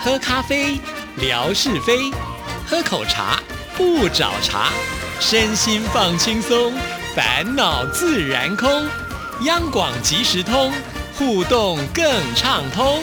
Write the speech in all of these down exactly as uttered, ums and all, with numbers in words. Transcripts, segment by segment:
喝咖啡，聊是非；喝口茶，不找茬。身心放轻松，烦恼自然空。央广即时通，互动更畅通。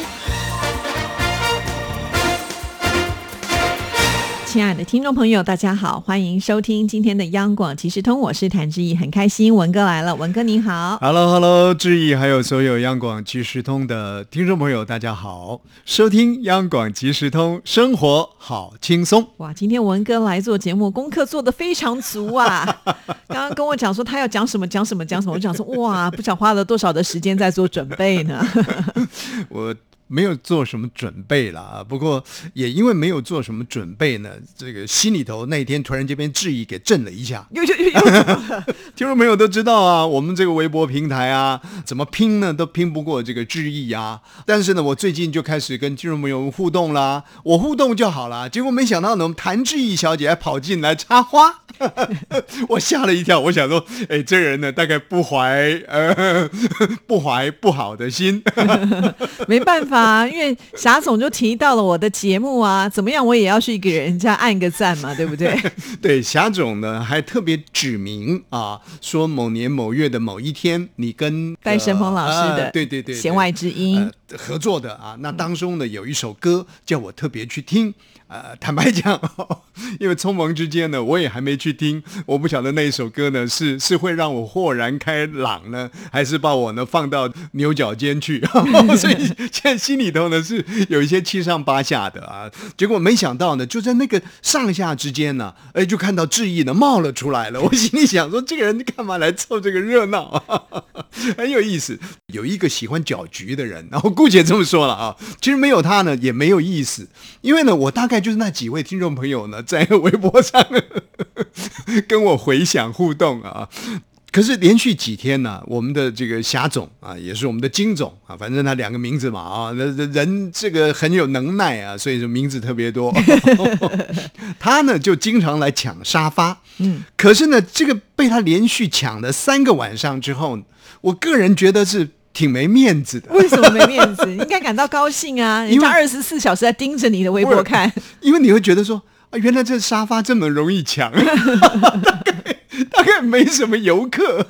亲爱的听众朋友大家好，欢迎收听今天的央广即时通，我是谭志毅，很开心文哥来了。文哥你好。 Hello Hello 志毅还有所有央广即时通的听众朋友大家好，收听央广即时通，生活好轻松。 哇，今天文哥来做节目功课做得非常足啊刚刚跟我讲说他要讲什么讲什么讲什么，我就想说哇，不知道花了多少的时间在做准备呢我没有做什么准备啦，不过也因为没有做什么准备呢，这个心里头那一天突然间被质疑给震了一下。 又又又听众朋友都知道啊，我们这个微博平台啊，怎么拼呢都拼不过这个质疑啊。但是呢，我最近就开始跟听众朋友互动啦，我互动就好啦，结果没想到呢，我们谭志毅小姐还跑进来插花，我吓了一跳，我想说，哎，这人呢大概不怀呃不怀不好的心， 没办法。因为霞总就提到了我的节目啊，怎么样我也要去给人家按个赞嘛，对不对？ 对，霞总呢还特别指明啊，说某年某月的某一天，你跟戴胜峰老师的、 呃、对对对弦外之音、 呃、合作的啊，那当中呢有一首歌叫我特别去听。呃，坦白讲、哦，因为匆忙之间呢，我也还没去听，我不晓得那一首歌呢是是会让我豁然开朗呢，还是把我呢放到牛角尖去，所以现在心里头呢是有一些七上八下的啊。结果没想到呢，就在那个上下之间呢，哎，就看到志毅呢冒了出来了。我心里想说，这个人干嘛来凑这个热闹啊？很有意思。有一个喜欢搅局的人，然后姑且这么说了啊，其实没有他呢也没有意思，因为呢，我大概就是那几位听众朋友呢，在微博上跟我回响互动啊。可是连续几天呢、啊，我们的这个霞总啊，也是我们的金总啊，反正他两个名字嘛啊，人这个很有能耐啊，所以说名字特别多。他呢就经常来抢沙发，嗯，可是呢，这个被他连续抢了三个晚上之后，我个人觉得是挺没面子的。 为什么没面子？你应该感到高兴啊！人家二十四小时在盯着你的微博看， 因为你会觉得说啊，原来这沙发这么容易抢，大概大概没什么游客，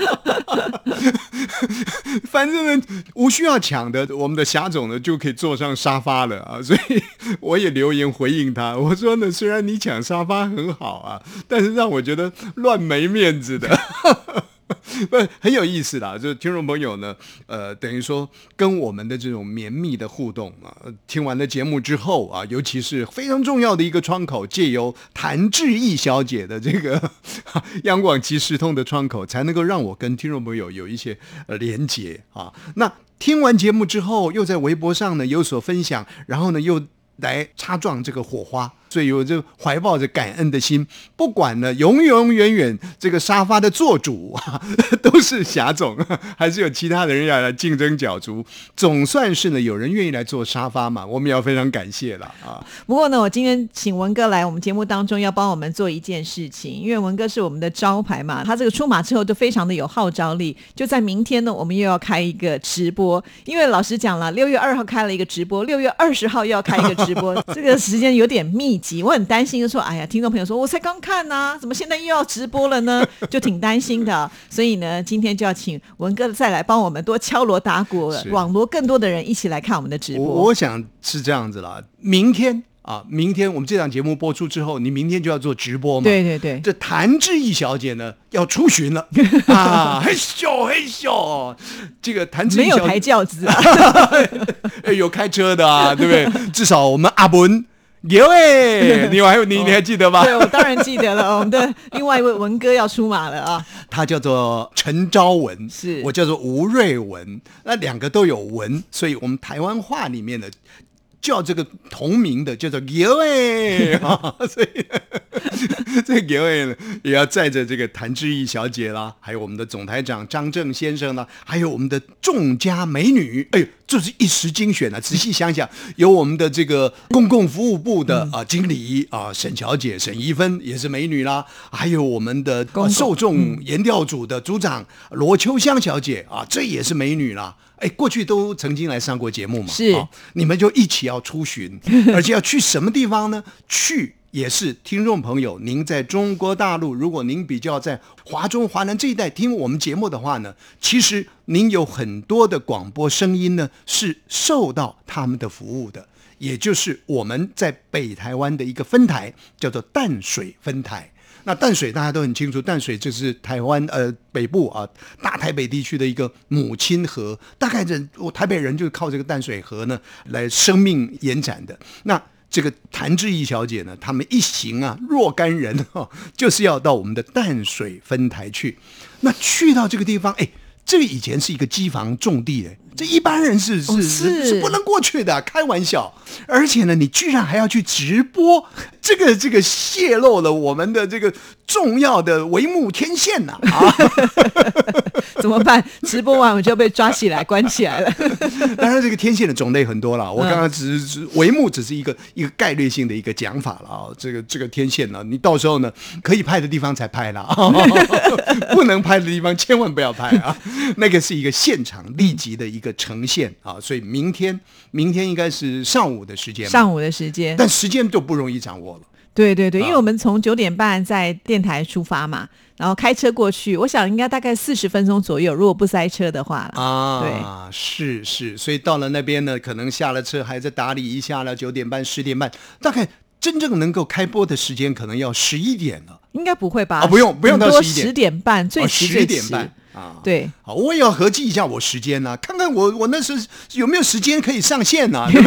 反正呢无需要抢的，我们的霞总呢就可以坐上沙发了啊！所以我也留言回应他，我说呢，虽然你抢沙发很好啊，但是让我觉得乱没面子的。不很有意思啦，就是听众朋友呢，呃，等于说跟我们的这种绵密的互动啊，听完了节目之后啊，尤其是非常重要的一个窗口，借由谭志毅小姐的这个央广即时通的窗口，才能够让我跟听众朋友有一些呃连结啊。那听完节目之后，又在微博上呢有所分享，然后呢又来擦撞这个火花，所以我就怀抱着感恩的心，不管呢永永远远这个沙发的做主啊都是霞总，还是有其他的人要来竞争角逐，总算是呢有人愿意来做沙发嘛，我们也要非常感谢了啊。 不过呢，我今天请文哥来我们节目当中，要帮我们做一件事情，因为文哥是我们的招牌嘛，他这个出马之后就非常的有号召力。就在明天呢，我们又要开一个直播，因为老实讲了，六月二号开了一个直播，六月二十号又要开一个直播，这个时间有点密集，我很担心，就说哎呀，听众朋友说我才刚看啊，怎么现在又要直播了呢？就挺担心的。所以呢，今天就要请文哥再来帮我们多敲锣打鼓，网罗更多的人一起来看我们的直播。 我, 我想是这样子啦，明天啊，明天我们这档节目播出之后，你明天就要做直播嘛？ 对对对， 这谭志毅小姐呢要出巡了啊，嘿咻嘿咻，这个谭志毅小姐没有抬轿子啊， 有开车的啊，对不对？至少我们阿文。有哎，你还有你你还记得吗？ 对，我当然记得了。我们的另外一位文哥要出马了啊， 他叫做陈昭文， 是我叫做吴瑞文，那两个都有文，所以我们台湾话里面的叫这个同名的叫做有哎，所以这个有哎呢也要载着这个谭志毅小姐啦，还有我们的总台长张正先生啦，还有我们的众家美女，哎呦，就是一时精选啊！仔细想想，有我们的这个公共服务部的啊、呃、经理啊、呃、沈小姐沈怡芬也是美女啦，还有我们的、呃、受众研调组的组长罗秋香小姐啊，这也是美女啦。 哎，过去都曾经来上过节目嘛， 是、 哦，你们就一起要出巡，而且要去什么地方呢？去也是听众朋友，您在中国大陆，如果您比较在华中、华南这一带听我们节目的话呢，其实您有很多的广播声音呢是受到他们的服务的，也就是我们在北台湾的一个分台，叫做淡水分台。那淡水大家都很清楚，淡水这是台湾呃北部啊大台北地区的一个母亲河，大概人我台北人就是靠这个淡水河呢来生命延展的。那这个谭志毅小姐呢，他们一行啊若干人哈、哦，就是要到我们的淡水分台去。那去到这个地方，哎，这个以前是一个机房重地哎。这一般人是是、 哦、 是是不能过去的、啊，开玩笑。而且呢，你居然还要去直播，这个这个泄露了我们的这个重要的帷幕天线呐、啊！啊， 怎么办？直播完我就被抓起来关起来了。 当然，这个天线的种类很多了。我刚刚只是帷幕只是一个一个概略性的一个讲法了啊。这个这个天线呢，你到时候呢可以拍的地方才拍了啊，不能拍的地方千万不要拍啊。那个是一个现场立即的一个。一个呈现啊，所以明天明天应该是上午的时间， 上午的时间， 但时间就不容易掌握了。 对对对，因为我们从九点半在电台出发嘛，然后开车过去，我想应该大概四十分钟左右，如果不塞车的话啊， 对， 是是，所以到了那边呢，可能下了车还在打理一下了，九点半十点半，大概真正能够开播的时间可能要十一点了。 应该不会吧？ 啊，不用不用到十一点， 十点半最迟最迟。 十点半啊， 对， 好，我也要合计一下我时间呢、啊，看看我我那时有没有时间可以上线呢、啊，对不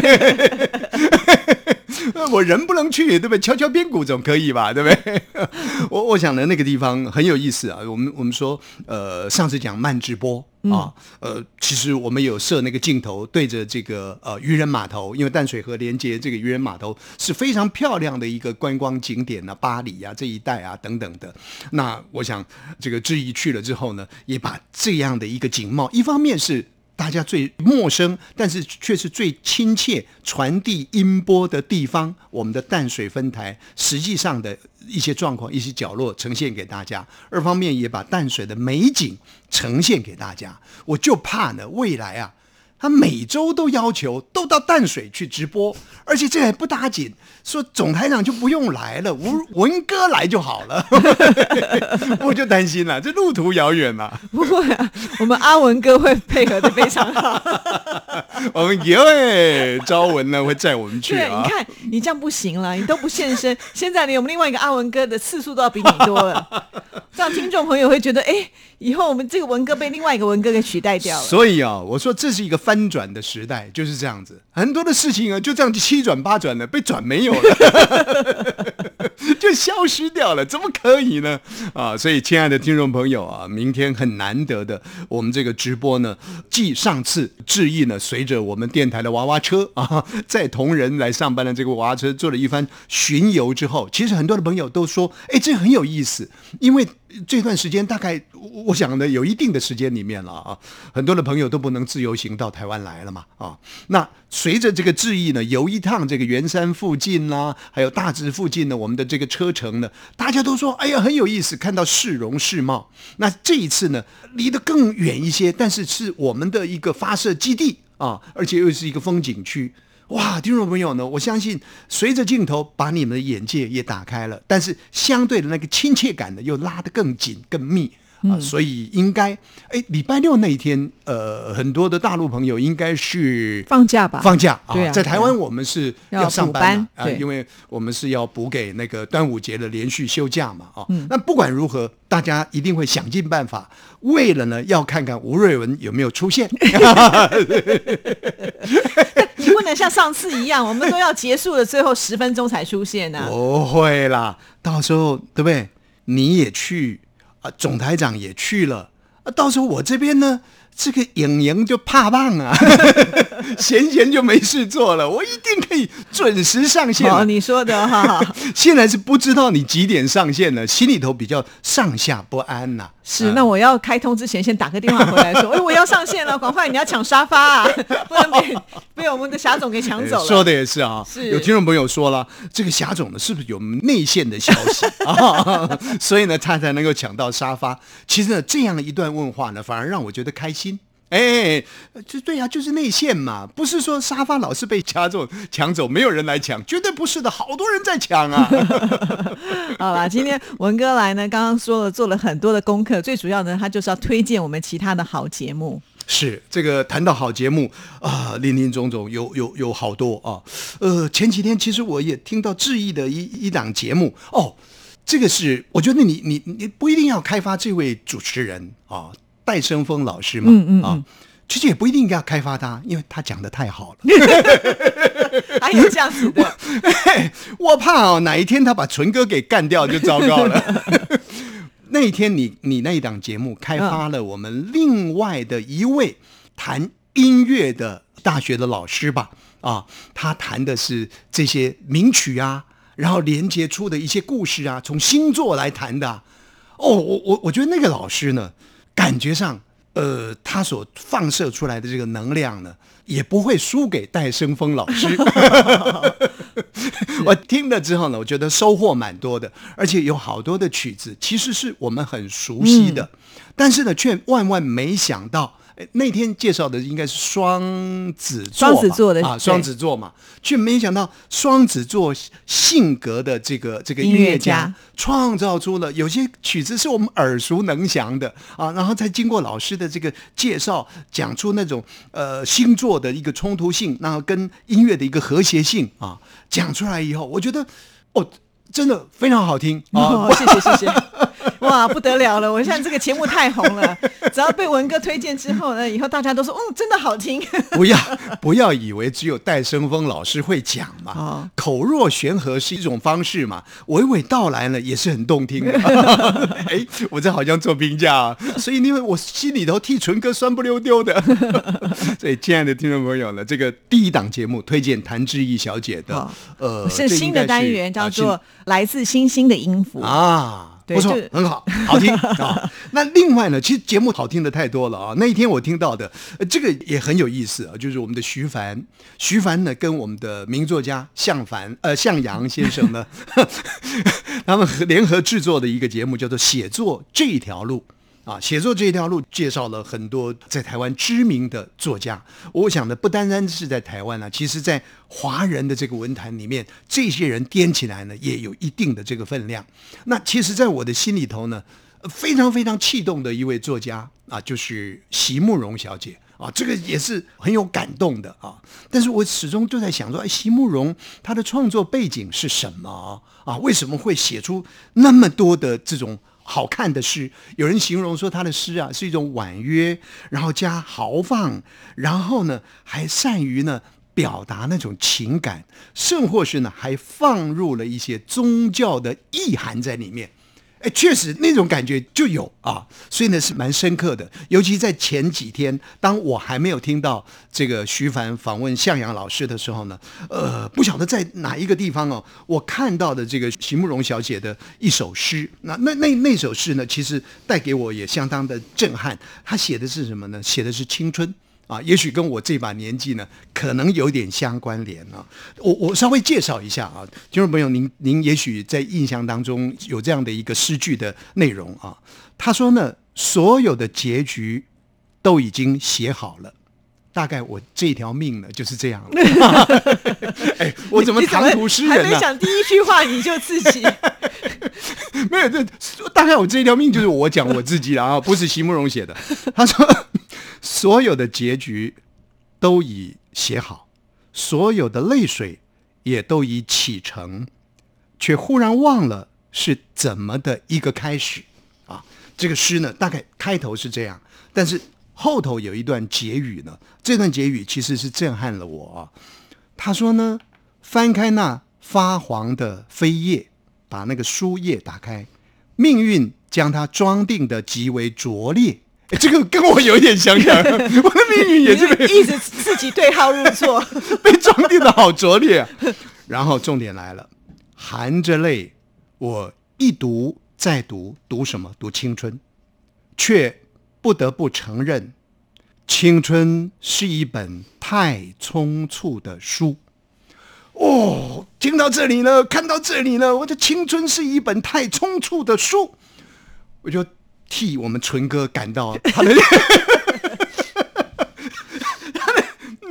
对？我人不能去，对不对？敲敲边鼓总可以吧，对不对？我我想的那个地方很有意思啊。我们我们说，呃，上次讲慢直播啊，呃，其实我们有设那个镜头对着这个呃渔人码头，因为淡水河连接这个渔人码头是非常漂亮的一个观光景点啊，巴黎啊这一带啊等等的。那我想这个志毅去了之后呢，也把这样的一个景貌，一方面是大家最陌生，但是却是最亲切传递音波的地方，我们的淡水分台实际上的一些状况、一些角落呈现给大家。二方面也把淡水的美景呈现给大家。我就怕呢，未来啊，他每周都要求都到淡水去直播，而且这还不打紧，说总台长就不用来了，文文哥来就好了。我就担心了，这路途遥远了。 不会啊，我们阿文哥会配合的非常好。 我们以为昭文呢会载我们去啊。 对，你看你这样不行了，你都不现身，现在连我们另外一个阿文哥的次数都要比你多了，这样听众朋友会觉得，哎，以后我们这个文哥被另外一个文哥给取代掉了。 所以啊，我说这是一个翻转的时代，就是这样子，很多的事情啊，就这样七转八转的被转没有了，就消失掉了，怎么可以呢？啊，所以亲爱的听众朋友啊，明天很难得的，我们这个直播呢，继上次志毅呢，随着我们电台的娃娃车啊，在同仁来上班的这个娃娃车做了一番巡游之后，其实很多的朋友都说，哎，这很有意思，因为这段时间大概我想呢有一定的时间里面了啊，很多的朋友都不能自由行到台湾来了嘛啊，那随着这个志毅呢游一趟这个圆山附近啦、啊，还有大直附近呢，我们的这个车程呢，大家都说哎呀很有意思，看到市容市貌。那这一次呢离得更远一些，但是是我们的一个发射基地啊，而且又是一个风景区。哇，听众朋友呢，我相信随着镜头把你们的眼界也打开了，但是相对的那个亲切感呢，又拉得更紧更密啊、呃，所以应该哎，礼拜六那一天，呃，很多的大陆朋友应该是放假吧？ 放假啊， 对啊， 在台湾我们是要上班啊、呃，因为我们是要补给那个端午节的连续休假嘛啊、哦嗯。那不管如何，大家一定会想尽办法，为了呢要看看吴瑞文有没有出现。 你不能像上次一样，我们都要结束了，最后十分钟才出现呢、啊。 不会啦，到时候对不对？你也去啊，总台长也去了啊，到时候我这边呢，这个影影就怕棒啊，闲闲就没事做了，我一定可以准时上线了。 哦，你说的哈， 现在是不知道你几点上线了，心里头比较上下不安呐、啊。 是，那我要开通之前先打个电话回来说，哎，我要上线了，赶快你要抢沙发啊，不能被被我们的霞总给抢走了。 说的也是啊， 是有听众朋友说了，这个霞总呢是不是有内线的消息啊？所以呢他才能够抢到沙发。其实呢这样一段问话呢，反而让我觉得开心哎，这对啊，就是内线嘛，不是说沙发老是被掐走抢走，没有人来抢，绝对不是的，好多人在抢啊。 好啦，今天文哥来呢，刚刚说了做了很多的功课，最主要的他就是要推荐我们其他的好节目。 是这个谈到好节目啊，林林总总有有有好多啊。呃，前几天其实我也听到志毅的一一档节目哦，这个是我觉得你你你不一定要开发这位主持人啊。戴生峰老师嘛，嗯嗯嗯啊，其实也不一定要开发他，因为他讲的太好了。 还有这样子的， 我, 我怕哦，哪一天他把纯哥给干掉就糟糕了。那一天你你那一档节目开发了我们另外的一位谈音乐的大学的老师吧，啊，他谈的是这些名曲啊，然后连接出的一些故事啊，从星座来谈的、啊。哦，我我我觉得那个老师呢。感觉上，呃，他所放射出来的这个能量呢，也不会输给戴生峰老师。我听了之后呢，我觉得收获蛮多的，而且有好多的曲子其实是我们很熟悉的，嗯、但是呢，却万万没想到。那天介绍的应该是双子座， 双子座的啊，双子座嘛，却没想到双子座性格的这个这个音乐家创造出了有些曲子是我们耳熟能详的啊，然后再经过老师的这个介绍，讲出那种呃星座的一个冲突性，然后跟音乐的一个和谐性啊，讲出来以后，我觉得哦，真的非常好听啊！ 哦、谢谢谢谢。哇，不得了了！我现在这个节目太红了，只要被文哥推荐之后呢，以后大家都说，嗯，真的好听。 不要不要以为只有戴生峰老师会讲嘛，哦、口若悬河是一种方式嘛，娓娓道来呢也是很动听的。哎，我这好像做评价啊，所以因为我心里头替纯哥酸不溜丢的。所以，亲爱的听众朋友呢，这个第一档节目推荐谭志毅小姐的，哦、呃， 是新的单元，叫做《来自星星的音符》 啊。不错，很好，好听啊。那另外呢，其实节目好听的太多了啊。那一天我听到的，呃、这个也很有意思啊，就是我们的徐凡，徐凡呢跟我们的名作家向凡呃向阳先生呢，他们联合制作的一个节目，叫做《写作这条路》。啊，写作这条路介绍了很多在台湾知名的作家。我想的不单单是在台湾啊，其实在华人的这个文坛里面，这些人掂起来呢，也有一定的这个分量。那其实，在我的心里头呢，非常非常气动的一位作家啊，就是席慕容小姐啊，这个也是很有感动的啊。但是我始终就在想说，哎，席慕容她的创作背景是什么啊？为什么会写出那么多的这种好看的诗？有人形容说他的诗啊是一种婉约，然后加豪放，然后呢还善于呢表达那种情感，甚或是呢还放入了一些宗教的意涵在里面。哎，确实那种感觉就有啊，所以呢是蛮深刻的。尤其在前几天，当我还没有听到这个徐凡访问向阳老师的时候呢，呃，不晓得在哪一个地方哦，我看到的这个席慕容小姐的一首诗，那那那那首诗呢，其实带给我也相当的震撼。她写的是什么呢？写的是青春。啊，也许跟我这把年纪呢，可能有点相关联啊。我我稍微介绍一下啊，听众朋友，您您也许在印象当中有这样的一个诗句的内容啊。他说呢，所有的结局都已经写好了，大概我这条命呢就是这样了。哎，我怎么唐突诗人呢、啊？ 还没讲第一句话你就自己。 没有，这大概我这条命就是我讲我自己了啊，不是席慕容写的。他说，所有的结局都已写好，所有的泪水也都已启程，却忽然忘了是怎么的一个开始啊。这个诗呢，大概开头是这样，但是后头有一段结语呢，这段结语其实是震撼了我啊。他说呢，翻开那发黄的扉页，把那个书页打开，命运将它装订的极为拙劣。这个跟我有一点相像，我的命运也是被一直自己对号入座， 被装订的好拙劣、啊。然后重点来了，含着泪，我一读再读，读什么？读青春，却不得不承认，青春是一本太匆促的书。哦，听到这里呢，看到这里呢，我的青春是一本太匆促的书，我就替我们纯哥感到他的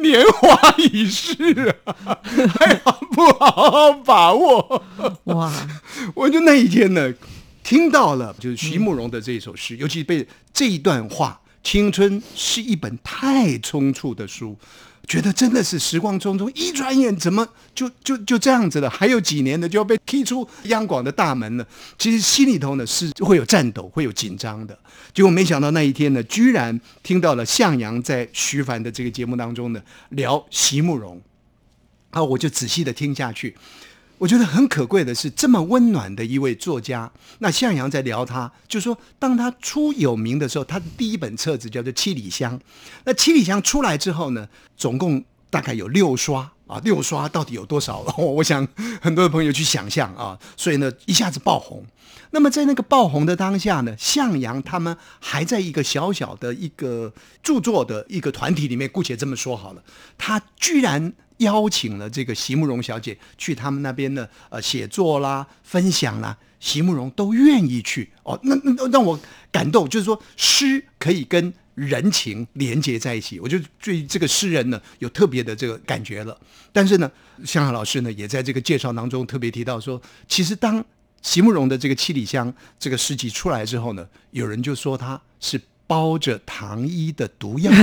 年华已逝啊，还不好好把握。哇！我就那一天呢，听到了就是席慕容的这首诗，嗯、尤其被这一段话：青春是一本太匆促的书。觉得真的是时光匆匆，一转眼怎么就就就这样子了？还有几年呢，就要被踢出央广的大门了。其实心里头呢是会有颤抖，会有紧张的。结果没想到那一天呢，居然听到了向阳在徐凡的这个节目当中呢聊席慕容，啊，我就仔细的听下去。我觉得很可贵的是，这么温暖的一位作家，那向阳在聊他，就说当他初有名的时候，他的第一本册子叫做《七里香》。那《七里香》出来之后呢，总共大概有六刷啊，六刷到底有多少？我想很多的朋友去想象啊，所以呢一下子爆红。那么在那个爆红的当下呢，向阳他们还在一个小小的一个著作的一个团体里面，姑且这么说好了，他居然邀请了这个席慕容小姐去他们那边的呃写作啦、分享啦，席慕容都愿意去哦。那那让我感动，就是说诗可以跟人情连接在一起，我就对这个诗人呢有特别的这个感觉了。但是呢，向阳老师呢也在这个介绍当中特别提到说，其实当席慕容的这个《七里香》这个诗集出来之后呢，有人就说他是包着糖衣的毒药。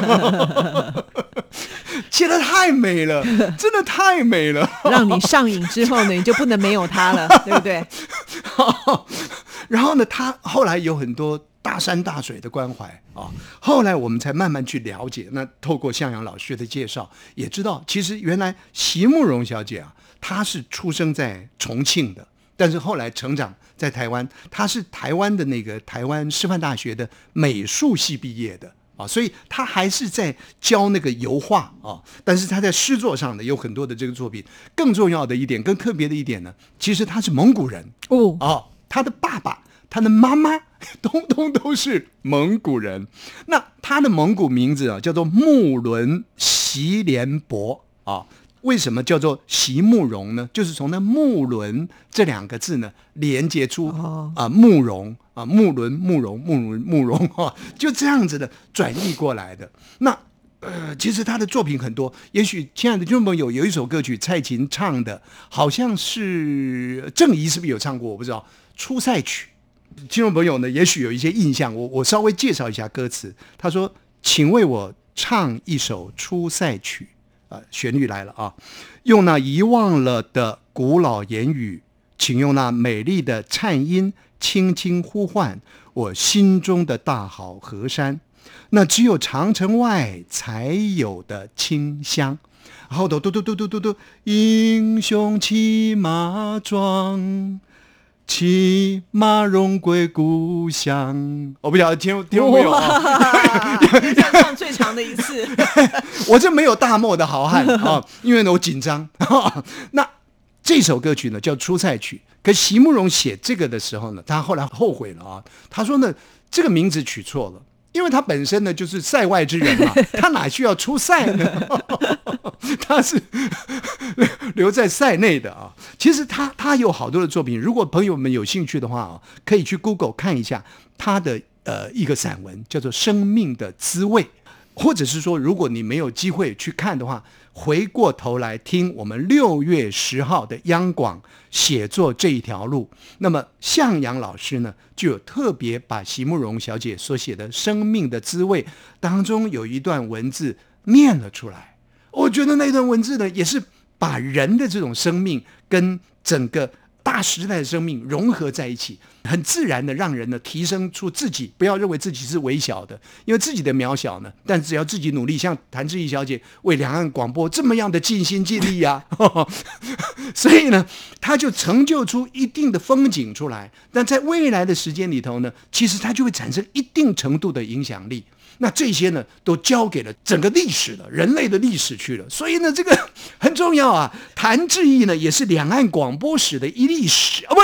写得太美了，真的太美了， 让你上瘾之后呢，你就不能没有它了，对不对？ 然后呢，他后来有很多大山大水的关怀啊，后来我们才慢慢去了解。那透过向阳老师的介绍，也知道其实原来席慕容小姐啊，她是出生在重庆的，但是后来成长在台湾，她是台湾的那个台湾师范大学的美术系毕业的。啊，所以他还是在教那个油画啊，但是他在诗作上呢有很多的这个作品。更重要的一点，更特别的一点呢，其实他是蒙古人哦，啊，他的爸爸、他的妈妈通通都是蒙古人。那他的蒙古名字啊叫做木伦席连伯啊。为什么叫做席慕容呢？就是从那木伦这两个字呢连接出啊、呃、慕容啊木伦慕容慕伦慕容啊，就这样子的转译过来的。那呃，其实他的作品很多，也许亲爱的听众朋友有一首歌曲蔡琴唱的，好像是郑怡是不是有唱过？我不知道《出塞曲》。听众朋友呢，也许有一些印象，我我稍微介绍一下歌词。他说：“请为我唱一首《出塞曲》。”呃，旋律来了啊！用那遗忘了的古老言语，请用那美丽的颤音，轻轻呼唤我心中的大好河山，那只有长城外才有的清香。后头嘟嘟嘟嘟嘟嘟，英雄骑马壮，骑马荣归故乡。我不晓得听听众朋友啊， 这样唱最长的一次。 我这没有大漠的豪汉啊，因为呢我紧张。那这首歌曲呢叫《出塞曲》，可席慕容写这个的时候呢，他后来后悔了啊。他说呢，这个名字取错了，因为他本身呢就是塞外之人嘛，他哪需要出塞呢？他是留在塞内的啊。其实他他有好多的作品，如果朋友们有兴趣的话啊，可以去 Google 看一下他的呃一个散文，叫做《生命的滋味》。或者是说，如果你没有机会去看的话，回过头来听我们六月十号的央广写作这一条路，那么向阳老师呢就有特别把席慕容小姐所写的《生命的滋味》当中有一段文字念了出来。我觉得那段文字呢，也是把人的这种生命跟整个大时代的生命融合在一起，很自然的让人呢提升出自己，不要认为自己是微小的，因为自己的渺小呢，但只要自己努力，像谭志毅小姐为两岸广播这么样的尽心尽力啊，所以呢，他就成就出一定的风景出来。但在未来的时间里头呢，其实它就会产生一定程度的影响力。那这些呢，都交给了整个历史了，人类的历史去了。所以呢，这个很重要啊。谭志毅呢，也是两岸广播史的一历史啊，不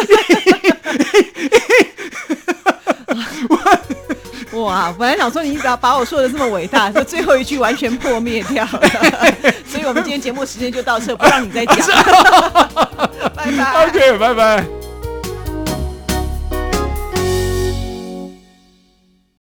是。哇，本来想说你把把我说的这么伟大，就最后一句完全破灭掉了。所以我们今天节目时间就到这，不让你再讲。拜拜。 OK， 拜拜。